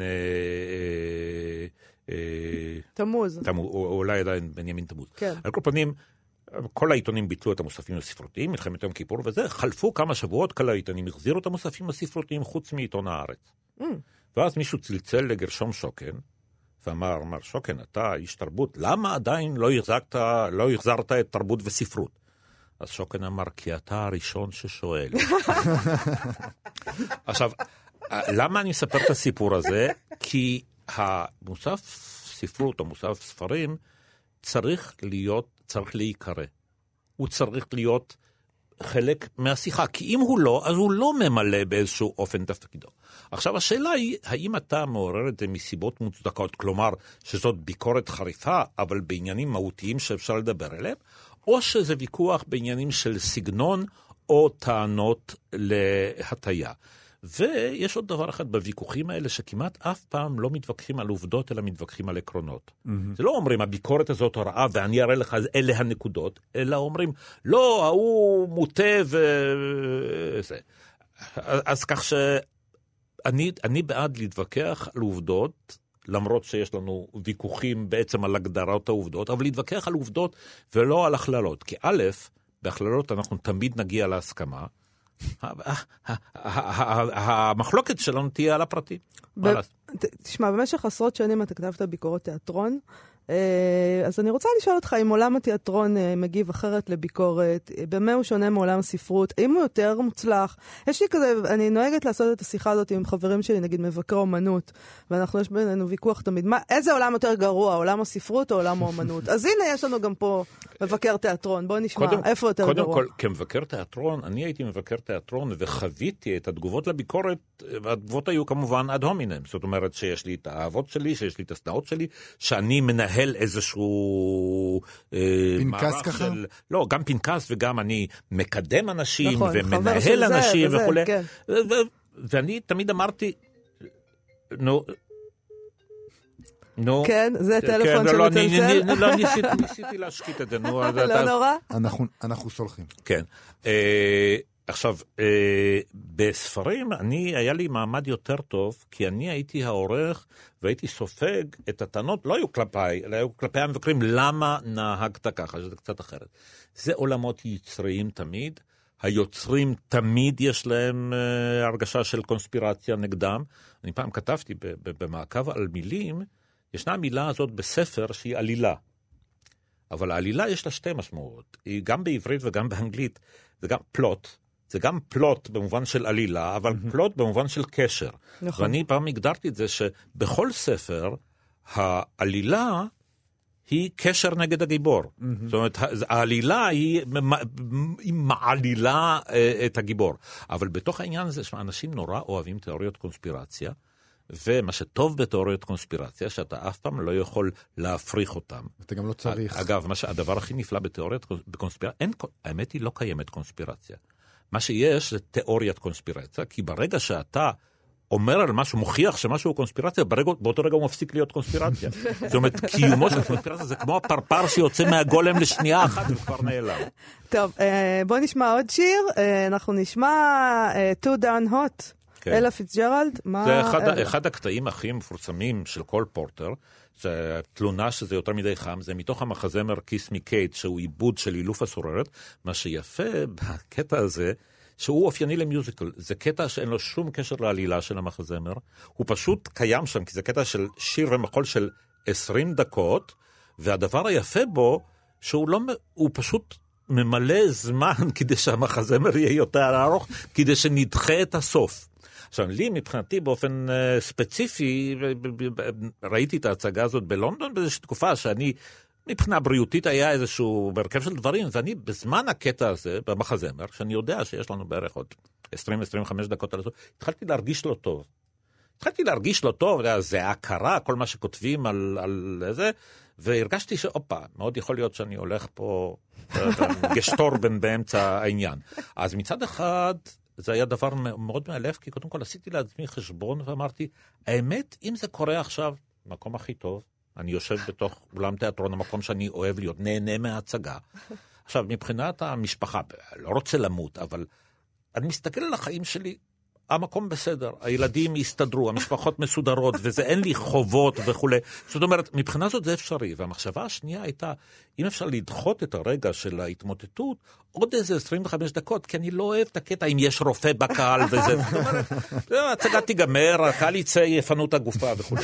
תמוז. או אולי עדיין בנימין תמוז. כן. על כל פנים, כל העיתונים ביטלו את המוספים הספרותיים, מלחמת יום כיפור, וזה חלפו כמה שבועות, כל העיתונים החזירו את המוספים הספרותיים חוץ מעיתון הארץ. ואז מישהו צלצל לגרשום שוקן, ואמר, שוקן, אתה איש תרבות, למה עדיין לא החזרת את תרבות וספרות? אז שוקן אמר, כי אתה הראשון ששואל. עכשיו, למה אני מספר את הסיפור הזה? כי המוסף ספרות או מוסף ספרים צריך להיקרא. הוא צריך להיות חלק מהשיחה, כי אם הוא לא, אז הוא לא ממלא באיזשהו אופן תפקידו. עכשיו, השאלה היא, האם אתה מעורר את זה מסיבות מוצדקות, כלומר, שזאת ביקורת חריפה, אבל בעניינים מהותיים שאפשר לדבר עליהם, או שזה ויכוח בעניינים של סגנון או טענות להטיה. ויש עוד דבר אחד בוויכוחים האלה, שכמעט אף פעם לא מתווכחים על עובדות, אלא מתווכחים על עקרונות. זה לא אומרים, הביקורת הזאת הרעה, ואני אראה לך, אלה הנקודות, אלא אומרים, לא, ההוא מוטה וזה. אז כך שאני בעד להתווכח על עובדות, למרות שיש לנו ויכוחים בעצם על הגדרת העובדות, אבל להתווכח על עובדות ולא על הכללות. כי א', בהכללות אנחנו תמיד נגיע להסכמה, המחלוקת שלנו תהיה על הפרטי. תשמע, במשך עשרות שנים אתה כתבת ביקורות תיאטרון, אז אני רוצה לשאול אותך אם עולם התיאטרון מגיב אחרת לביקורת, במה הוא שונה מעולם הספרות, האם הוא יותר מוצלח? יש לי כזה, אני נוהגת לעשות את השיחה הזאת עם חברים שלי, נגיד מבקרי אומנות, ואנחנו יש בינינו ויכוח תמיד, איזה עולם יותר גרוע, עולם הספרות או עולם האומנות? אז הנה יש לנו גם פה מבקר תיאטרון, בוא נשמע, איפה יותר גרוע? קודם כל, כמבקר תיאטרון, אני הייתי מבקר תיאטרון וחוויתי את התגובות לביקורת, והתגובות היו כמובן עד הומינם, זאת אומרת שיש לי את האהבות שלי, שיש לי את הסדעות שלי, שאני מנהל איזשהו פנקס ככה? לא, גם פנקס וגם אני מקדם אנשים ומנהל אנשים וכו'. ואני תמיד אמרתי, נו. כן, זה טלפון שמצלצל. לא, ניסיתי להשקיט את זה. לא נורא? אנחנו סולחים. כן. עכשיו, בספרים היה לי מעמד יותר טוב, כי אני הייתי העורך והייתי סופג את הטענות, לא היו כלפיי, אלא היו כלפי המבקרים, למה נהגת ככה, שזה קצת אחרת. זה עולמות יצריים תמיד, היוצרים תמיד יש להם הרגשה של קונספירציה נגדם. אני פעם כתבתי במעקב על מילים, ישנה המילה הזאת בספר שהיא עלילה. אבל העלילה יש לה שתי משמעויות, היא גם בעברית וגם באנגלית, זה גם פלוט, זה גם פלוט במובן של עלילה, אבל פלוט במובן של קשר. נכון. ואני פעם הגדרתי את זה שבכל ספר, העלילה היא קשר נגד הגיבור. זאת אומרת, העלילה היא מעלילה את הגיבור. אבל בתוך העניין הזה, אנשים נורא אוהבים תיאוריות קונספירציה, ומה שטוב בתיאוריות קונספירציה, שאתה אף פעם לא יכול להפריך אותם. אתה גם לא צריך. אגב, הדבר הכי נפלא בתיאוריות בקונספירציה, האמת היא לא קיימת קונספירציה. מה שיש זה תיאוריית קונספירציה, כי ברגע שאתה אומר על משהו, מוכיח שמשהו הוא קונספירציה, באותו רגע הוא מפסיק להיות קונספירציה. זאת אומרת, קיומו של קונספירציה זה כמו הפרפר שיוצא מהגולם לשנייה אחת וכבר נעלם. טוב, בוא נשמע עוד שיר. אנחנו נשמע Too Darn Hot. אלה פיצג'רלד. זה אחד הקטעים הכי מפורסמים של קול פורטר, שהתלונה שזה יותר מדי חם, זה מתוך המחזמר Kiss Me Kate, שהוא עיבוד של אילוף הסוררת. מה שיפה בקטע הזה, שהוא אופייני למיוזיקל. זה קטע שאין לו שום קשר לעלילה של המחזמר. הוא פשוט קיים שם, כי זה קטע של שיר ומחול של 20 דקות, והדבר היפה בו, הוא פשוט ממלא זמן כדי שהמחזמר יהיה יותר ארוך, כדי שנדחה את הסוף. עכשיו, לי מבחינתי באופן ספציפי, ראיתי את ההצגה הזאת בלונדון באיזושהי תקופה שאני, מבחינה בריאותית היה איזשהו ברכב של דברים, ואני בזמן הקטע הזה, במחזמר, שאני יודע שיש לנו בערך עוד 20-25 דקות על זה, התחלתי להרגיש לא טוב, זה הכרה, כל מה שכותבים על זה, והרגשתי שאופה, מאוד יכול להיות שאני הולך פה גשטורבן באמצע העניין. אז מצד אחד, זה היה דבר מאוד מאלף, כי קודם כל עשיתי לעצמי חשבון ואמרתי, האמת, אם זה קורה עכשיו, מקום הכי טוב, אני יושב בתוך אולם תיאטרון, המקום שאני אוהב להיות, נהנה מההצגה. עכשיו, מבחינת המשפחה, לא רוצה למות, אבל אני מסתכל על החיים שלי, המקום בסדר, הילדים הסתדרו, המשפחות מסודרות, וזה אין לי חובות וכו'. זאת אומרת, מבחינה זאת זה אפשרי. והמחשבה השנייה הייתה, אם אפשר לדחות את הרגע של ההתמוטטות, עוד איזה 25 דקות, כי אני לא אוהב את הקטע אם יש רופא בקהל וזה. זאת אומרת, הצגה תיגמר, הקהל יצא, יפנו את הגופה וכו'.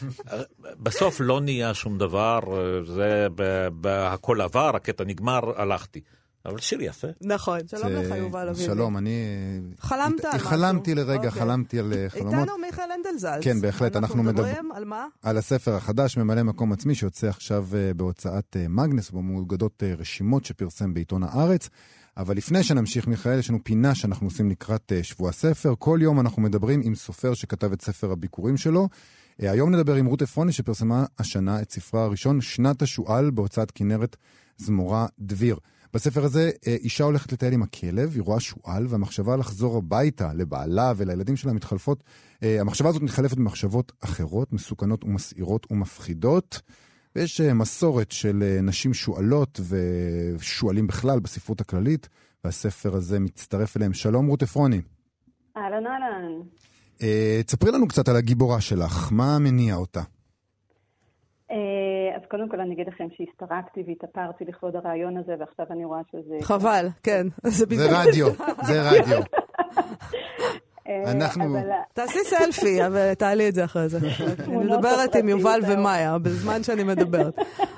בסוף לא נהיה שום דבר, זה הכל עבר, הקטע נגמר, הלכתי. אבל שיר יפה. נכון, שלום לך יובל אביבי. שלום, אני... חלמת על משהו. חלמתי לרגע, חלמתי על חלומות. איתנו מיכאל אנדלזלץ. כן, בהחלט, אנחנו מדברים על מה? על הספר החדש, ממלא מקום עצמי, שיוצא עכשיו בהוצאת מגנס, במאוגדות רשימות שפרסם בעיתון הארץ. אבל לפני שנמשיך, מיכאל, יש לנו פינה שאנחנו עושים לקראת שבוע הספר. כל יום אנחנו מדברים עם סופר שכתב את ספר הביקורים שלו. היום נדבר עם רות עפרוני, שפרסמה השנה את ספרה הראשון, שנת השואל, בהוצאת כנרת זמורה דביר. בספר הזה אישה הולכת לטייל עם הכלב, היא רואה שואל, והמחשבה לחזור הביתה לבעלה ולילדים שלה מתחלפות. המחשבה הזאת מתחלפת במחשבות אחרות, מסוכנות ומסעירות ומפחידות, ויש מסורת של נשים שואלות ושואלים בכלל בספרות הכללית, והספר הזה מצטרף אליהם. שלום רות עפרוני. אהלן אהלן. תספרי לנו קצת על הגיבורה שלך, מה מניע אותה? אז קודם כל אני אגיד לכם שהסתרקתי והתאפרתי לכבוד הרעיון הזה, ועכשיו אני רואה שזה... חבל, כן. זה רדיו, זה רדיו. תעשי סלפי, אבל תעלי את זה אחרי זה. אני מדברת עם יובל ומאיה, בזמן שאני מדברת.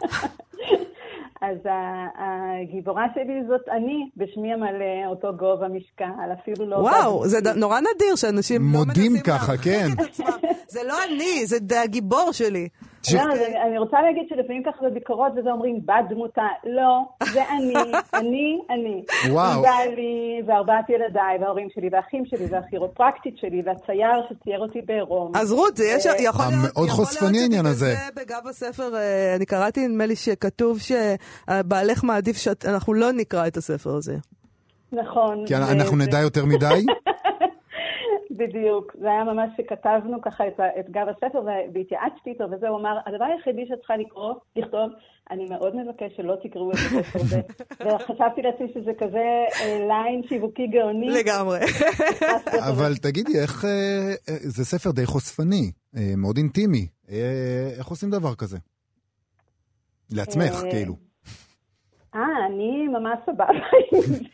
אז הגיבורה שלי זאת אני, בשמי המלא, אותו גובה משקל, אפילו לא... וואו, זה נורא נדיר שאנשים לא מנסים... מודים ככה, כן. זה לא אני, זה הגיבור שלי. לא, אני רוצה להגיד שלפעמים ככה בביקורות וזה אומרים, בת דמותה, לא, זה אני. וואו. בעלי וארבעת ילדיי וההורים שלי והאחים שלי והכירופרקטית שלי והצייר שצייר אותי בעירום. אז רות, זה יכול להיות... מאוד חושפני העניין הזה. בגב הספר, אני קראתי, נדמה לי שכתוב שבעלך מעדיף שאנחנו לא נקרא את הספר הזה. נכון. כי אנחנו נדע יותר מדי? בדיוק, זה היה ממש שכתבנו ככה את גב הספר והתייעצתי איתו וזה, הוא אמר, הדבר היחידי שאת צריכה לכתוב, אני מאוד מבקש שלא תקראו את הספר הזה, וחשבתי לעצמי שזה כזה ליין שיווקי גאוני. לגמרי. אבל תגידי, איך, זה ספר די חושפני, מאוד אינטימי, איך עושים דבר כזה? לעצמך, כאילו. אני ממש סבבה עם זה.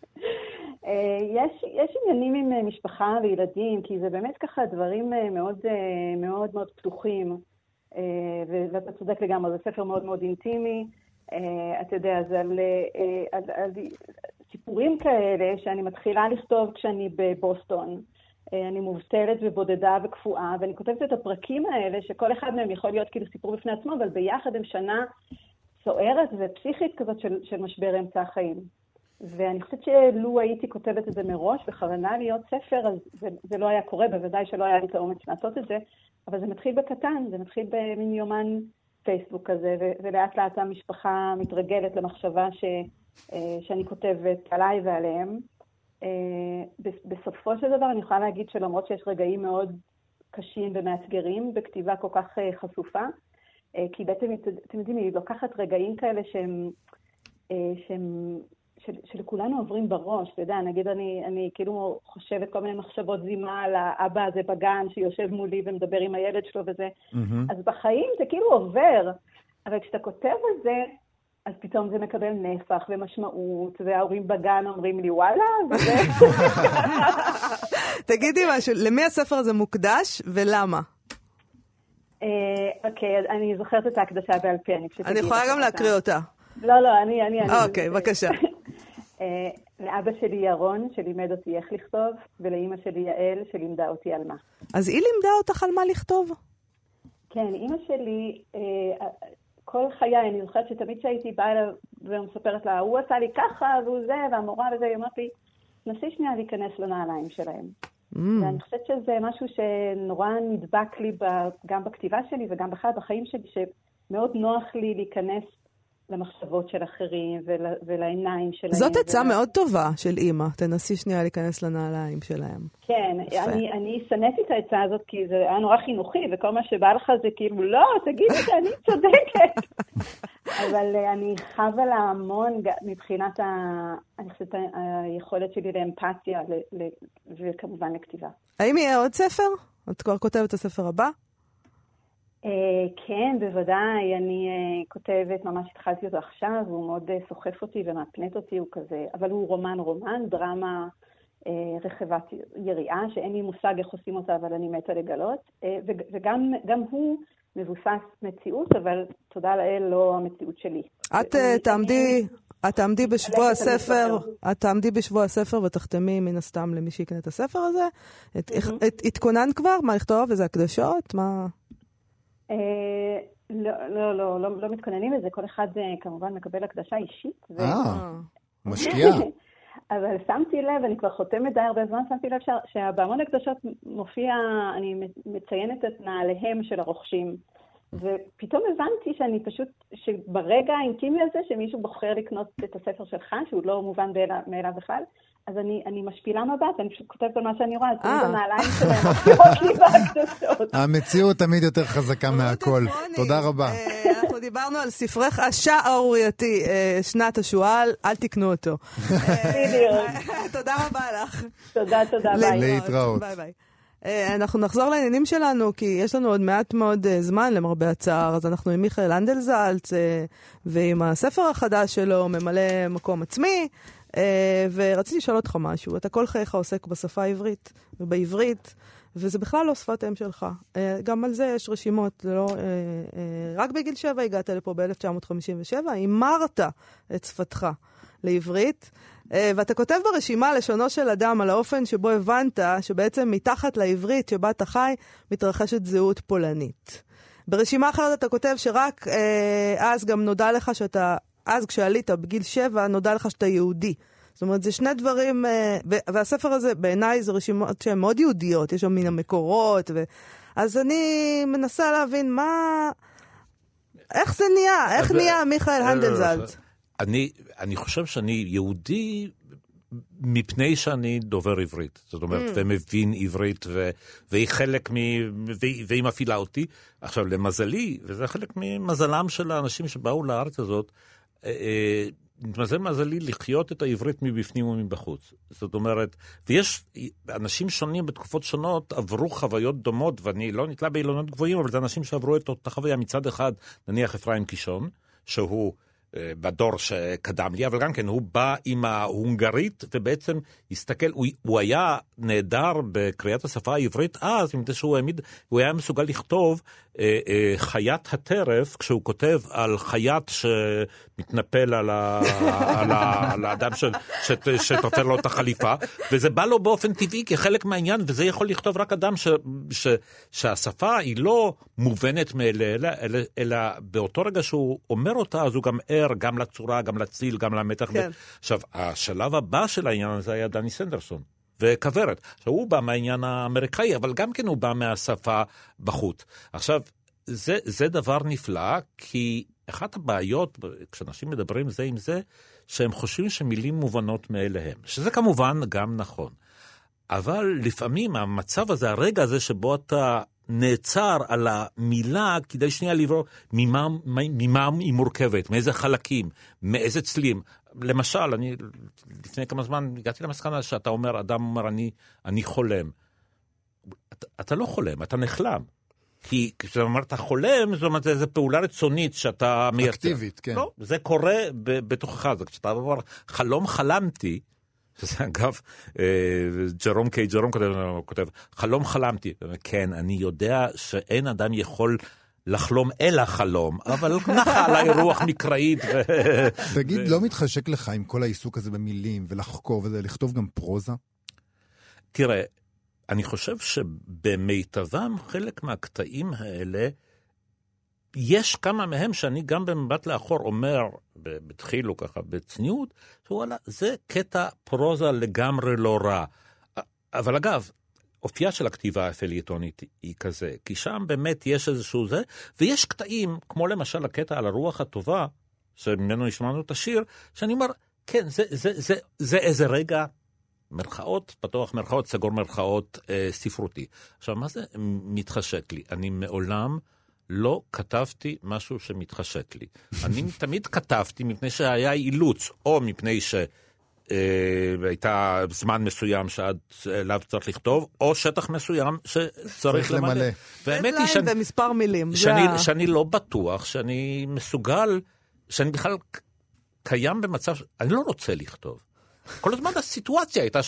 יש עניינים עם משפחה וילדים, כי זה באמת ככה דברים מאוד מאוד מאוד פתוחים, ואתה צודק לגמרי, זה ספר מאוד מאוד אינטימי, אתה יודע, זה על סיפורים כאלה שאני מתחילה לכתוב כשאני בבוסטון, אני מובטלת ובודדה וקפואה, ואני כותבת את הפרקים האלה שכל אחד מהם יכול להיות כאילו סיפור בפני עצמו, אבל ביחד הם שנה סוערת ופסיכית כזאת של משבר אמצע החיים. ואני חושבת שלו הייתי כותבת את זה מראש, בכוונה להיות ספר, אז זה לא היה קורה, בוודאי שלא היה לי את האומץ לעשות את זה, אבל זה מתחיל בקטן, זה מתחיל במין יומן פייסבוק כזה, ולאט לאט המשפחה מתרגלת למחשבה שאני כותבת עליי ועליהם. בסופו של דבר אני יכולה להגיד שלמרות שיש רגעים מאוד קשים ומאתגרים בכתיבה כל כך חשופה, כי בעצם, אתם יודעים, היא לוקחת רגעים כאלה שלכולנו עוברים בראש, אתה יודע, נגיד אני כאילו חושבת כל מיני מחשבות זימה על האבא הזה בגן שיושב מולי ומדבר עם הילד שלו וזה, אז בחיים זה כאילו עובר, אבל כשאתה כותב על זה, אז פתאום זה מקבל נפח ומשמעות, וההורים בגן אומרים לי, וואלה, וזה... תגידי משהו, למי הספר הזה מוקדש ולמה? אוקיי, אני זוכרת את ההקדשה בעל פה. אני יכולה גם להקריא אותה. לא, אני. אוקיי, בבקשה. לאבא שלי ירון, שלימד אותי איך לכתוב, ולאמא שלי יעל, שלימדה אותי על מה. אז היא לימדה אותך על מה לכתוב? כן, אמא שלי, כל חיי, אני זוכרת שתמיד שהייתי באה אליו ומספרת לה, הוא עשה לי ככה, והוא זה, והמורה וזה, היא אמרת לי, נסי שנייה להיכנס לנעליים שלהם. ואני חושבת שזה משהו שנורא נדבק לי גם בכתיבה שלי וגם בכלל בחיים שלי, שמאוד נוח לי להיכנס למחשבות של אחרים ולעיניים שלהם. זאת עצה מאוד טובה של אמא, תנסי שנייה להיכנס לנעליים שלהם. כן, אני שנאתי את העצה הזאת כי זה היה נורא חינוכי, וכל מה שבא לך זה כאילו, לא, תגידי שאני צודקת. אבל אני חווה לה המון מבחינת, אני חושבת, היכולת שלי לאמפתיה וכמובן לכתיבה. האם יהיה עוד ספר? את כבר כותבת את הספר הבא? כן, בוודאי. אני כותבת, ממש התחלתי אותו עכשיו, הוא מאוד סוחף אותי ומפנט אותי, הוא כזה, אבל הוא רומן, דרמה רחבת יריעה, שאין לי מושג איך עושים אותה, אבל אני מתה לגלות. וגם הוא מבוסס מציאות, אבל תודה לאל לא המציאות שלי. את תעמדי בשבוע הספר ותחתמי מן הסתם למי שיקנה את הספר הזה. התכוננת כבר? מה לכתוב? איזה הקדשות? מה? לא מתכוננים לזה. כל אחד כמובן מקבל הקדשה אישית. משקיעה. אבל שמתי לב, אני כבר חותמת די הרבה זמן, שמתי לב שבהמון הקדשות מופיע, אני מציינת את נעליהם של הרוכשים. ופתאום הבנתי שברגע האינטימי הזה, שמישהו בוחר לקנות את הספר שלך, שהוא לא מובן מאליו בכלל, אז אני משפילה מבט, אני פשוט כותבת על מה שאני רואה, אז תמיד הנעליים שלהם מופיעות לי בהקדשות. המציאות תמיד יותר חזקה מהכל. תודה רבה. אנחנו דיברנו על ספרך השערורייתי, שנת השועל, אל תקנו אותו. בדיוק. תודה רבה לך. תודה, ביי. להתראות. ביי ביי. אנחנו נחזור לעניינים שלנו, כי יש לנו עוד מעט מאוד זמן למרבה הצער, אז אנחנו עם מיכאל אנדלזלץ, ועם הספר החדש שלו, ממלא מקום עצמי, ורציתי לשאול אותך משהו. אתה כל חייך עוסק בשפה העברית ובעברית, וזה בכלל לא שפת אם שלך. גם על זה יש רשימות. רק בגיל 7 הגעת לפה ב-1957, הימרת את שפתך לעברית, ואתה כותב ברשימה לשונו של אדם על האופן שבו הבנת שבעצם מתחת לעברית שבה אתה חי מתרחשת זהות פולנית. ברשימה אחרת אתה כותב שרק אז גם נודע לך שאתה, אז כשעלית בגיל 7 נודע לך שאתה יהודי. זאת אומרת, זה שני דברים, והספר הזה בעיניי זה רשימות שהן מאוד יהודיות, יש שם מן המקורות, אז אני מנסה להבין איך זה נהיה, איך נהיה מיכאל הנדלזלץ? אני חושב שאני יהודי מפני שאני דובר עברית. זאת אומרת, ומבין עברית, והיא חלק והיא מפעילה אותי. עכשיו, למזלי, וזה חלק ממזלם של האנשים שבאו לארץ הזאת, מתמזל מזלי לחיות את העברית מבפנים ומבחוץ. זאת אומרת, ויש אנשים שונים בתקופות שונות עברו חוויות דומות, ואני לא נתלה באילונות גבוהים, אבל זה אנשים שעברו את אותה חוויה מצד אחד, נניח אפרים קישון, שהוא בדור שקדם לי, אבל גם כן הוא בא עם ההונגרית, ובעצם הסתכל, הוא היה נהדר בקריאת השפה העברית אז, מפני שהוא היה מסוגל לכתוב חיית הטרף, כשהוא כותב על חיית שמתנפל על האדם שתופר לו את החליפה, וזה בא לו באופן טבעי כחלק מהעניין, וזה יכול לכתוב רק אדם שהשפה היא לא מובנת מאליה, אלא באותו רגע שהוא אומר אותה, אז הוא גם ער, גם לצורה, גם לציל, גם למתח. כן. עכשיו, השלב הבא של העניין הזה היה דני סנדרסון. וכברת. עכשיו, הוא בא מהעניין האמריקאי, אבל גם כן הוא בא מהשפה בחוץ. עכשיו, זה דבר נפלא, כי אחת הבעיות, כשאנשים מדברים זה עם זה, שהם חושבים שמילים מובנות מאליהם. שזה כמובן גם נכון. אבל לפעמים המצב הזה, הרגע הזה שבו אתה נעצר על המילה, כדי שנייה לברור ממה היא מורכבת, מאיזה חלקים, מאיזה צלילים. למשל, אני לפני כמה זמן הגעתי למסקנה שאתה אומר, אדם אומר, אני חולם. אתה לא חולם, אתה נחלם. כי כשאתה אומר, אתה חולם, זאת אומרת, זו פעולה רצונית שאתה מייצר. אקטיבית, כן. לא, זה קורה בתוכך. כשאתה אומר, חלום חלמתי, שזה אגב, ג'רום כותב, חלום חלמתי. כן, אני יודע שאין אדם יכול לחלום אל החלום, אבל נחה עליי רוח מקראית. תגיד, לא מתחשק לך עם כל העיסוק הזה במילים, ולחקור ולכתוב גם פרוזה? תראה, אני חושב שבמיטבם חלק מהקטעים האלה, יש כמה מהם שאני גם במבט לאחור אומר, בתחילו ככה בצניעות, שוואלה, זה קטע פרוזה לגמרי לא רע. אבל אגב, אופייה של הכתיבה הפלייטונית היא כזה, כי שם באמת יש איזשהו זה, ויש קטעים, כמו למשל הקטע על הרוח הטובה, שממנו נשמענו את השיר, שאני אומר, כן, זה איזה רגע, מרכאות, פתוח מרכאות, סגור מרכאות, ספרותי. עכשיו, מה זה מתחשק לי? אני מעולם לא כתבתי משהו שמתחשק לי. אני תמיד כתבתי מפני שהיה אילוץ, או מפני שהייתה זמן מסוים שעד אליו צריך לכתוב, או שטח מסוים שצריך למלא. והאמת היא ומספר מילים. שאני לא בטוח, שאני מסוגל, שאני בכלל קיים במצב, אני לא רוצה לכתוב. כל הזמן הסיטואציה הייתה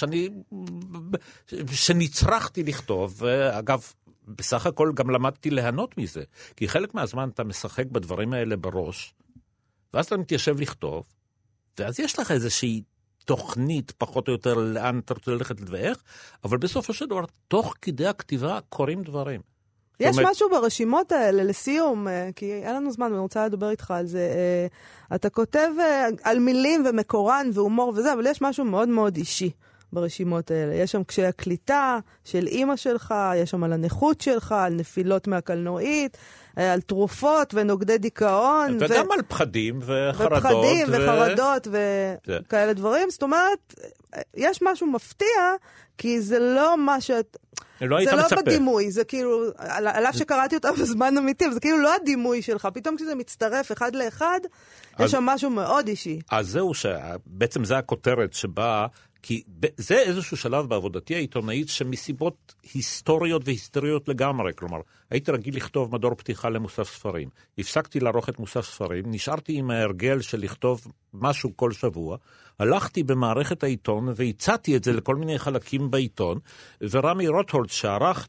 שנצרכתי לכתוב, ואגב, בסך הכל גם למדתי ליהנות מזה, כי חלק מהזמן אתה משחק בדברים האלה בראש, ואז אתה מתיישב לכתוב, ואז יש לך איזושהי תוכנית פחות או יותר לאן אתה רוצה ללכת ואיך, אבל בסופו של דבר, תוך כדי הכתיבה קורים דברים. יש משהו ברשימות האלה, לסיום, כי אין לנו זמן, ואני רוצה לדבר איתך על זה. אתה כותב על מילים ומקורן והומור וזה, אבל יש משהו מאוד מאוד אישי ברשימות האלה. יש שם קשיי הקליטה של אמא שלך, יש שם על הנכות שלך, על נפילות מהקלנועית, על תרופות ונוגדי דיכאון. וגם על פחדים וחרדות. ופחדים וחרדות וכאלה דברים. זאת אומרת, יש משהו מפתיע, כי זה לא מה שאת... זה לא בדימוי, זה כאילו, על אף שקראתי אותה בזמן אמיתי, אבל זה כאילו לא הדימוי שלך, פתאום כשזה מצטרף אחד לאחד, יש שם משהו מאוד אישי. אז זהו, בעצם זה הכותרת שבה, כי זה איזשהו שלב בעבודתי העיתונאית, שמסיבות היסטוריות והיסטוריות לגמרי, כלומר, הייתי רגיל לכתוב מדור פתיחה למוסף ספרים, הפסקתי לערוך את מוסף ספרים, נשארתי עם ההרגל של לכתוב משהו כל שבוע, הלכתי במערכת העיתון והצעתי את זה לכל מיני חלקים בעיתון, ורמי רוטהולד שערך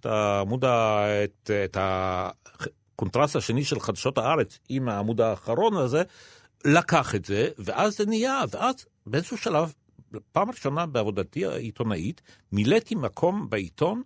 את הקונטרסט השני של חדשות הארץ עם העמוד האחרון הזה, לקח את זה, ואז זה נהיה, ואז באיזשהו שלב, פעם ראשונה בעבודתי העיתונאית, מילאתי מקום בעיתון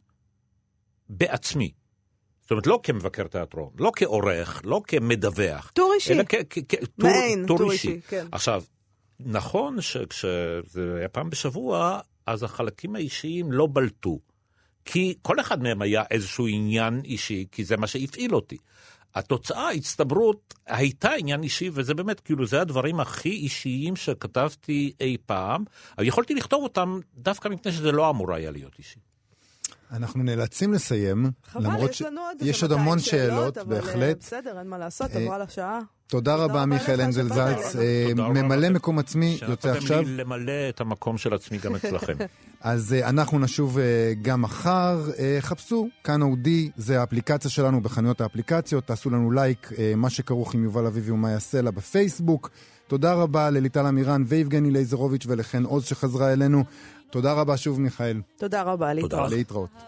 בעצמי. זאת אומרת, לא כמבקר תיאטרון, לא כעורך, לא כמדווח. טור אישי. אלא מעין, טור אישי. כן. עכשיו, נכון שכשזה היה פעם בשבוע, אז החלקים האישיים לא בלטו. כי כל אחד מהם היה איזשהו עניין אישי, כי זה מה שהפעיל אותי. התוצאה, הצטברות, הייתה עניין אישי, וזה באמת, כאילו, זה הדברים הכי אישיים שכתבתי אי פעם, אבל יכולתי לכתוב אותם דווקא מפני שזה לא אמור היה להיות אישי. אנחנו נאלצים לסיים, למרות שיש עוד המון שאלות, בהחלט. בסדר, אין מה לעשות, עברה לשעה. תודה רבה, מיכאל אנגל זלץ, ממלא מקום עצמי, יוצא עכשיו. שאתם לי למלא את המקום של עצמי גם אצלכם. אז אנחנו נשוב גם מחר, חפשו, כאן אודי, זה האפליקציה שלנו בחנויות האפליקציות, תעשו לנו לייק, מה שכרוך עם יובל אביבי ומה יעשה לה בפייסבוק. תודה רבה לליטל אמירן ויבגני לייזרוביץ' ולכן עוז שחזרה אלינו. תודה רבה שוב, מיכאל. תודה רבה, להתראות.